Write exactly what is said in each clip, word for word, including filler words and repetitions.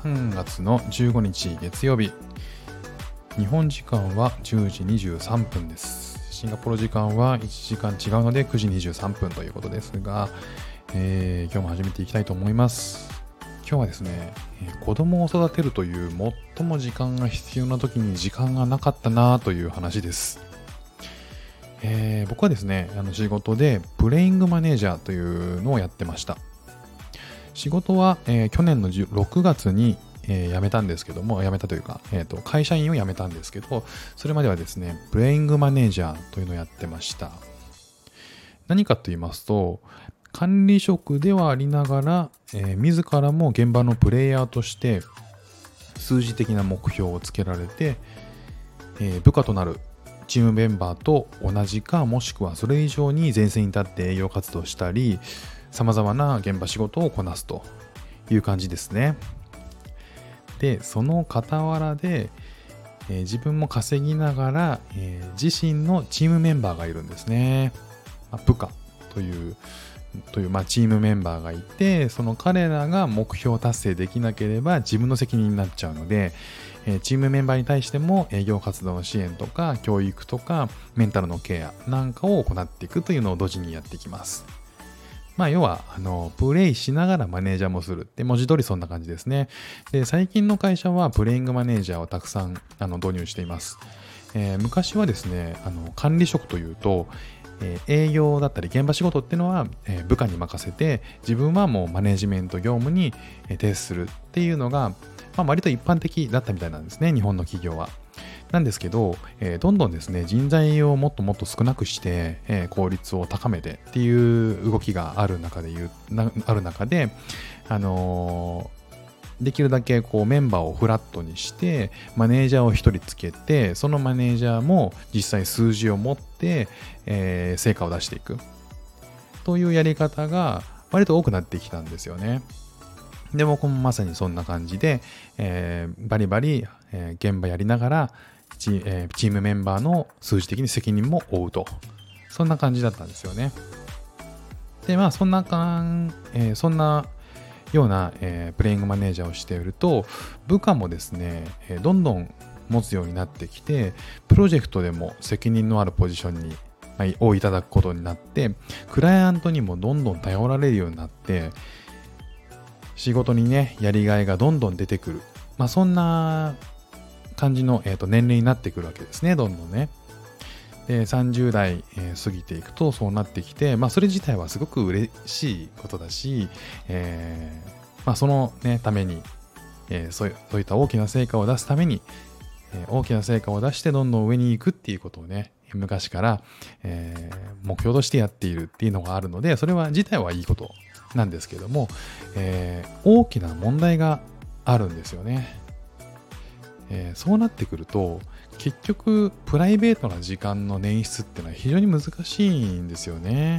さんがつのじゅうごにち月曜日、日本時間はじゅうじにじゅうさんぷんです。シンガポール時間はいちじかん違うのでくじにじゅうさんぷんということですが、えー、今日も始めていきたいと思います。今日はですね、えー、子供を育てるという最も時間が必要な時に時間がなかったなという話です。えー、僕はですね、あの仕事でプレイングマネージャーというのをやってました。仕事は、えー、去年のろくがつに、えー、辞めたんですけども、辞めたというか、えーと、会社員を辞めたんですけど、それまではですね、プレイングマネージャーというのをやってました。何かと言いますと、管理職ではありながら、えー、自らも現場のプレイヤーとして数字的な目標をつけられて、えー、部下となるチームメンバーと同じかもしくはそれ以上に前線に立って営業活動したり、様々な現場仕事をこなすという感じですね。で、その傍らで、えー、自分も稼ぎながら、えー、自身のチームメンバーがいるんですね。まあ、部下というという、まあ、チームメンバーがいて、その彼らが目標達成できなければ自分の責任になっちゃうので、えー、チームメンバーに対しても営業活動の支援とか教育とかメンタルのケアなんかを行っていくというのを同時にやっていきます。まあ要はあのプレイしながらマネージャーもするって文字通りそんな感じですね。で、最近の会社はプレイングマネージャーをたくさんあの導入しています。えー、昔はですね、あの管理職というとえー、営業だったり現場仕事っていうのは、えー、部下に任せて、自分はもうマネジメント業務に、えー、徹するっていうのが、まあ、割と一般的だったみたいなんですね、日本の企業は。なんですけど、えー、どんどんですね、人材をもっともっと少なくして、えー、効率を高めてっていう動きがある中で言うなある中で、あのーできるだけこうメンバーをフラットにしてマネージャーを一人つけて、そのマネージャーも実際数字を持って、えー、成果を出していくというやり方が割と多くなってきたんですよね。で、僕もまさにそんな感じで、えー、バリバリ、えー、現場やりながらチ、えー、チームメンバーの数字的に責任も負うと、そんな感じだったんですよね。で、まあそんなかん、えー、そんなような、えー、プレイングマネージャーをしていると、部下もですね、えー、どんどん持つようになってきて、プロジェクトでも責任のあるポジションに、はい、をいただくことになって、クライアントにもどんどん頼られるようになって、仕事にね、やりがいがどんどん出てくる。まあそんな感じの、えーと、年齢になってくるわけですね、どんどんね。で、さんじゅう代、えー、過ぎていくとそうなってきて、まあそれ自体はすごく嬉しいことだし、えー、まあそのね、ために、えー、そう、そういった大きな成果を出すために、えー、大きな成果を出してどんどん上に行くっていうことをね、昔から、えー、目標としてやっているっていうのがあるので、それは自体はいいことなんですけども、えー、大きな問題があるんですよね。えー、そうなってくると結局プライベートな時間の捻出っていうのは非常に難しいんですよね。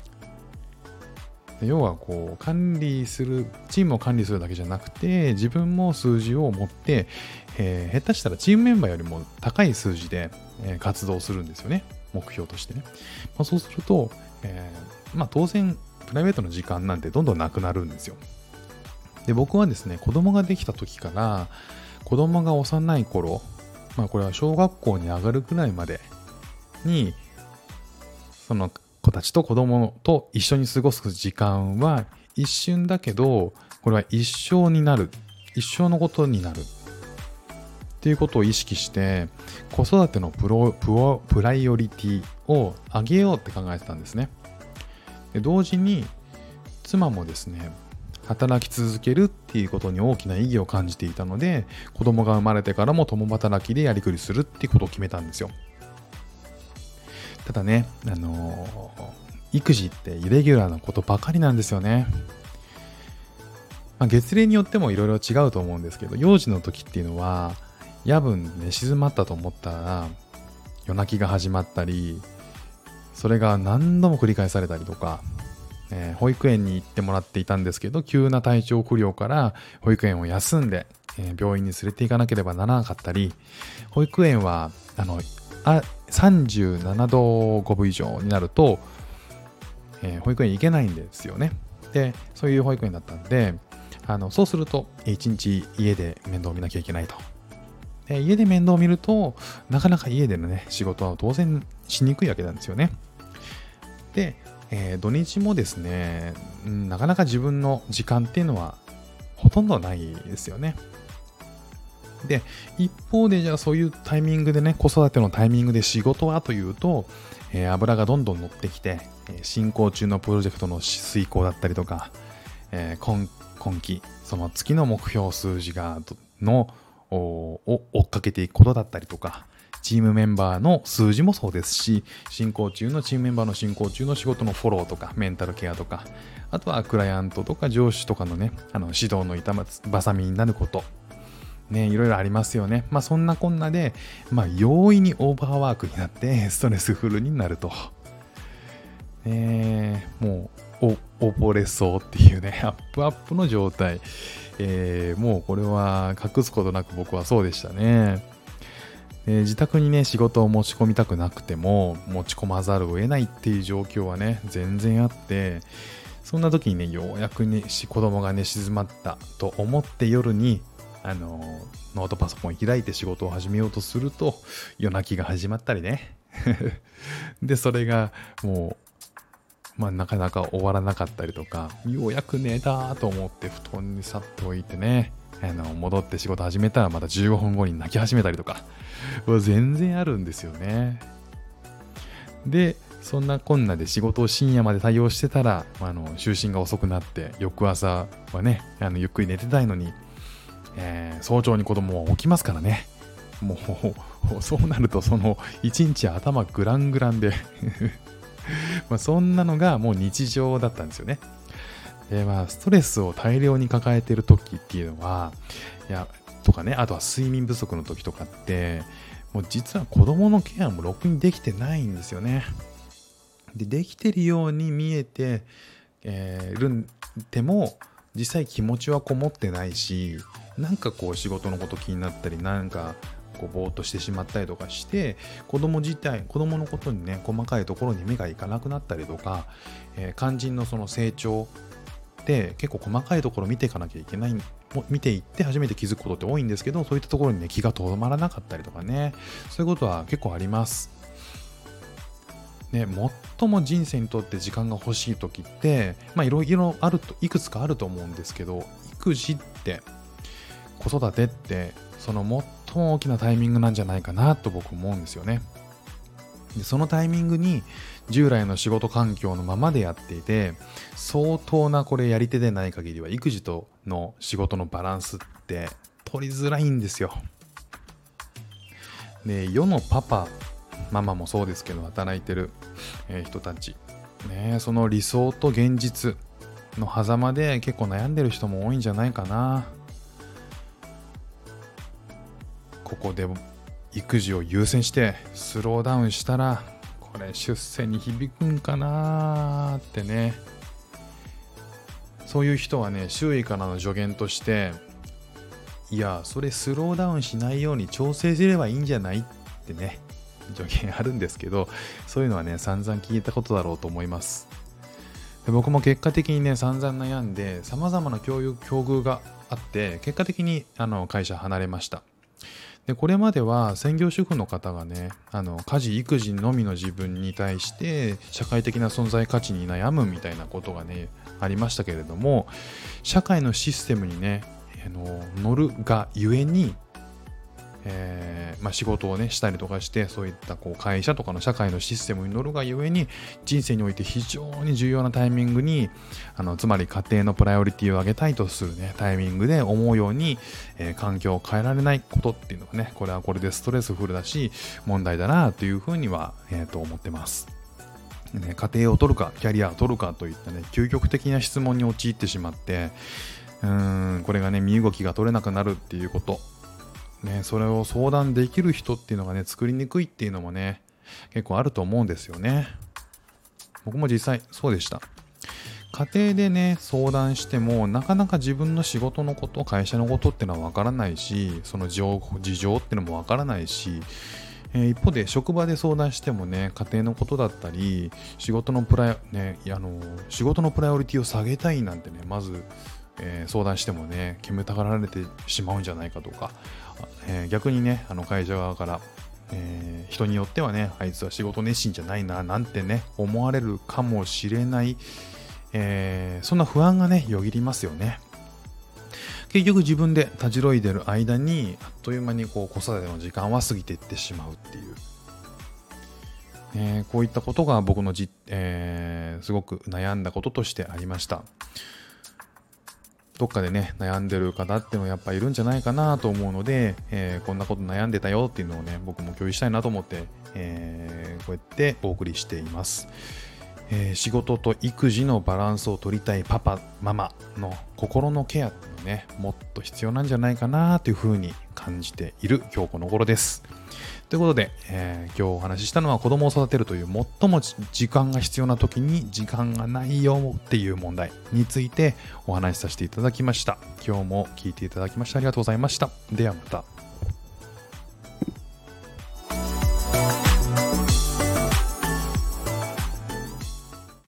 要はこう管理するチームを管理するだけじゃなくて、自分も数字を持って、えー、下手したらチームメンバーよりも高い数字で、えー、活動するんですよね、目標としてね。まあ、そうすると、えーまあ、当然プライベートの時間なんてどんどんなくなるんですよ。で、僕はですね、子供ができた時から子供が幼い頃、まあこれは小学校に上がるくらいまでに、その子たちと子供と一緒に過ごす時間は一瞬だけど、これは一生になる、一生のことになるっていうことを意識して、子育てのプロ、プロ、プライオリティを上げようって考えてたんですね。で、同時に妻もですね、働き続けるっていうことに大きな意義を感じていたので、子供が生まれてからも共働きでやりくりするっていうことを決めたんですよ。ただね、あのー、育児ってイレギュラーなことばかりなんですよね。まあ、月齢によってもいろいろ違うと思うんですけど、幼児の時っていうのは夜分寝静まったと思ったら夜泣きが始まったり、それが何度も繰り返されたりとか、えー、保育園に行ってもらっていたんですけど、急な体調不良から保育園を休んで、えー、病院に連れて行かなければならなかったり、保育園はあのあさんじゅうななどごぶ以上になると、えー、保育園行けないんですよね。で、そういう保育園だったんで、 あのそうすると一日家で面倒を見なきゃいけないと。で家で面倒を見るとなかなか家でのね仕事は当然しにくいわけなんですよね。で、えー、土日もですね、うん、なかなか自分の時間っていうのはほとんどないですよね。で一方でじゃあそういうタイミングでね子育てのタイミングで仕事はというと、えー、油がどんどん乗ってきて、えー、進行中のプロジェクトの遂行だったりとか、えー、今, 今期その月の目標数字がのを追っかけていくことだったりとか、チームメンバーの数字もそうですし、進行中のチームメンバーの進行中の仕事のフォローとかメンタルケアとか、あとはクライアントとか上司とかのねあの指導の板挟みになることね、いろいろありますよね。まあそんなこんなで、まあ容易にオーバーワークになってストレスフルになると、えー、もうお溺れそうっていうねアップアップの状態、えー、もうこれは隠すことなく僕はそうでしたね。えー、自宅にね仕事を持ち込みたくなくても持ち込まざるを得ないっていう状況はね全然あって、そんな時にねようやくね子供が寝静まったと思って夜にあのノートパソコンを開いて仕事を始めようとすると夜泣きが始まったりねでそれがもう、まあ、なかなか終わらなかったりとか、ようやく寝たと思って布団にさっと置いてねあの戻って仕事始めたらまたじゅうごふんごに泣き始めたりとか全然あるんですよね。でそんなこんなで仕事を深夜まで対応してたら、あの就寝が遅くなって翌朝はねあのゆっくり寝てたいのに、えー、早朝に子供は起きますからね。もうそうなるとその一日頭グラングランでまあそんなのがもう日常だったんですよね。でまあストレスを大量に抱えている時っていうのはいやとかね、あとは睡眠不足の時とかってもう実は子供のケアもろくにできてないんですよね。でできてるように見えて、えー、るんでも実際気持ちはこもってないし、なんかこう仕事のこと気になったり、なんかこうぼーっとしてしまったりとかして、子供自体子供のことにね細かいところに目がいかなくなったりとか、えー、肝心のその成長で結構細かいところを見ていかなきゃいけない、見ていって初めて気づくことって多いんですけど、そういったところにね気がとどまらなかったりとかね、そういうことは結構ありますね。最も人生にとって時間が欲しい時って、まあいろいろあると、いくつかあると思うんですけど、育児って子育てってその最も大きなタイミングなんじゃないかなと僕思うんですよね。でそのタイミングに従来の仕事環境のままでやっていて、相当なこれやり手でない限りは育児との仕事のバランスって取りづらいんですよ。で世のパパママもそうですけど、働いてる人たちね、その理想と現実の狭間で結構悩んでる人も多いんじゃないかな。ここで育児を優先してスローダウンしたらこれ出世に響くんかなってね。そういう人はね、周囲からの助言として、いやそれスローダウンしないように調整すればいいんじゃないってね助言あるんですけど、そういうのはね散々聞いたことだろうと思います。で僕も結果的にね散々悩んで様々な境遇境遇があって、結果的にあの会社離れました。でこれまでは専業主婦の方がね、あの家事育児のみの自分に対して社会的な存在価値に悩むみたいなことがねありましたけれども、社会のシステムにねあの乗るがゆえに、えーまあ、仕事をねしたりとかして、そういったこう会社とかの社会のシステムに乗るがゆえに人生において非常に重要なタイミングに、あのつまり家庭のプライオリティを上げたいとするねタイミングで思うように、えー、環境を変えられないことっていうのはね、これはこれでストレスフルだし問題だなというふうには、えー、と思ってます。ね、家庭を取るかキャリアを取るかといったね究極的な質問に陥ってしまって、うーんこれがね身動きが取れなくなるっていうことね、それを相談できる人っていうのがね作りにくいっていうのもね結構あると思うんですよね。僕も実際そうでした。家庭でね相談してもなかなか自分の仕事のこと会社のことってのはわからないし、その情報事情ってのもわからないし、えー、一方で職場で相談してもね家庭のことだったり仕事のプライ、ね、あの仕事のプライオリティを下げたいなんてねまずえー、相談してもね煙たがられてしまうんじゃないかとか、えー、逆にねあの会社側から、えー、人によってはねあいつは仕事熱心じゃないななんてね思われるかもしれない、えー、そんな不安がねよぎりますよね。結局自分でたじろいでる間にあっという間にこう子育ての時間は過ぎていってしまうっていう、えー、こういったことが僕のじ、えー、すごく悩んだこととしてありました。どっかでね悩んでる方っていうのはやっぱいるんじゃないかなと思うので、えー、こんなこと悩んでたよっていうのをね僕も共有したいなと思って、えー、こうやってお送りしています。えー、仕事と育児のバランスを取りたいパパママの心のケアっていうのねもっと必要なんじゃないかなというふうに感じている今日この頃です。ということで、えー、今日お話ししたのは子供を育てるという最も時間が必要な時に時間がないよっていう問題についてお話しさせていただきました。今日も聞いていただきましてありがとうございました。ではまた。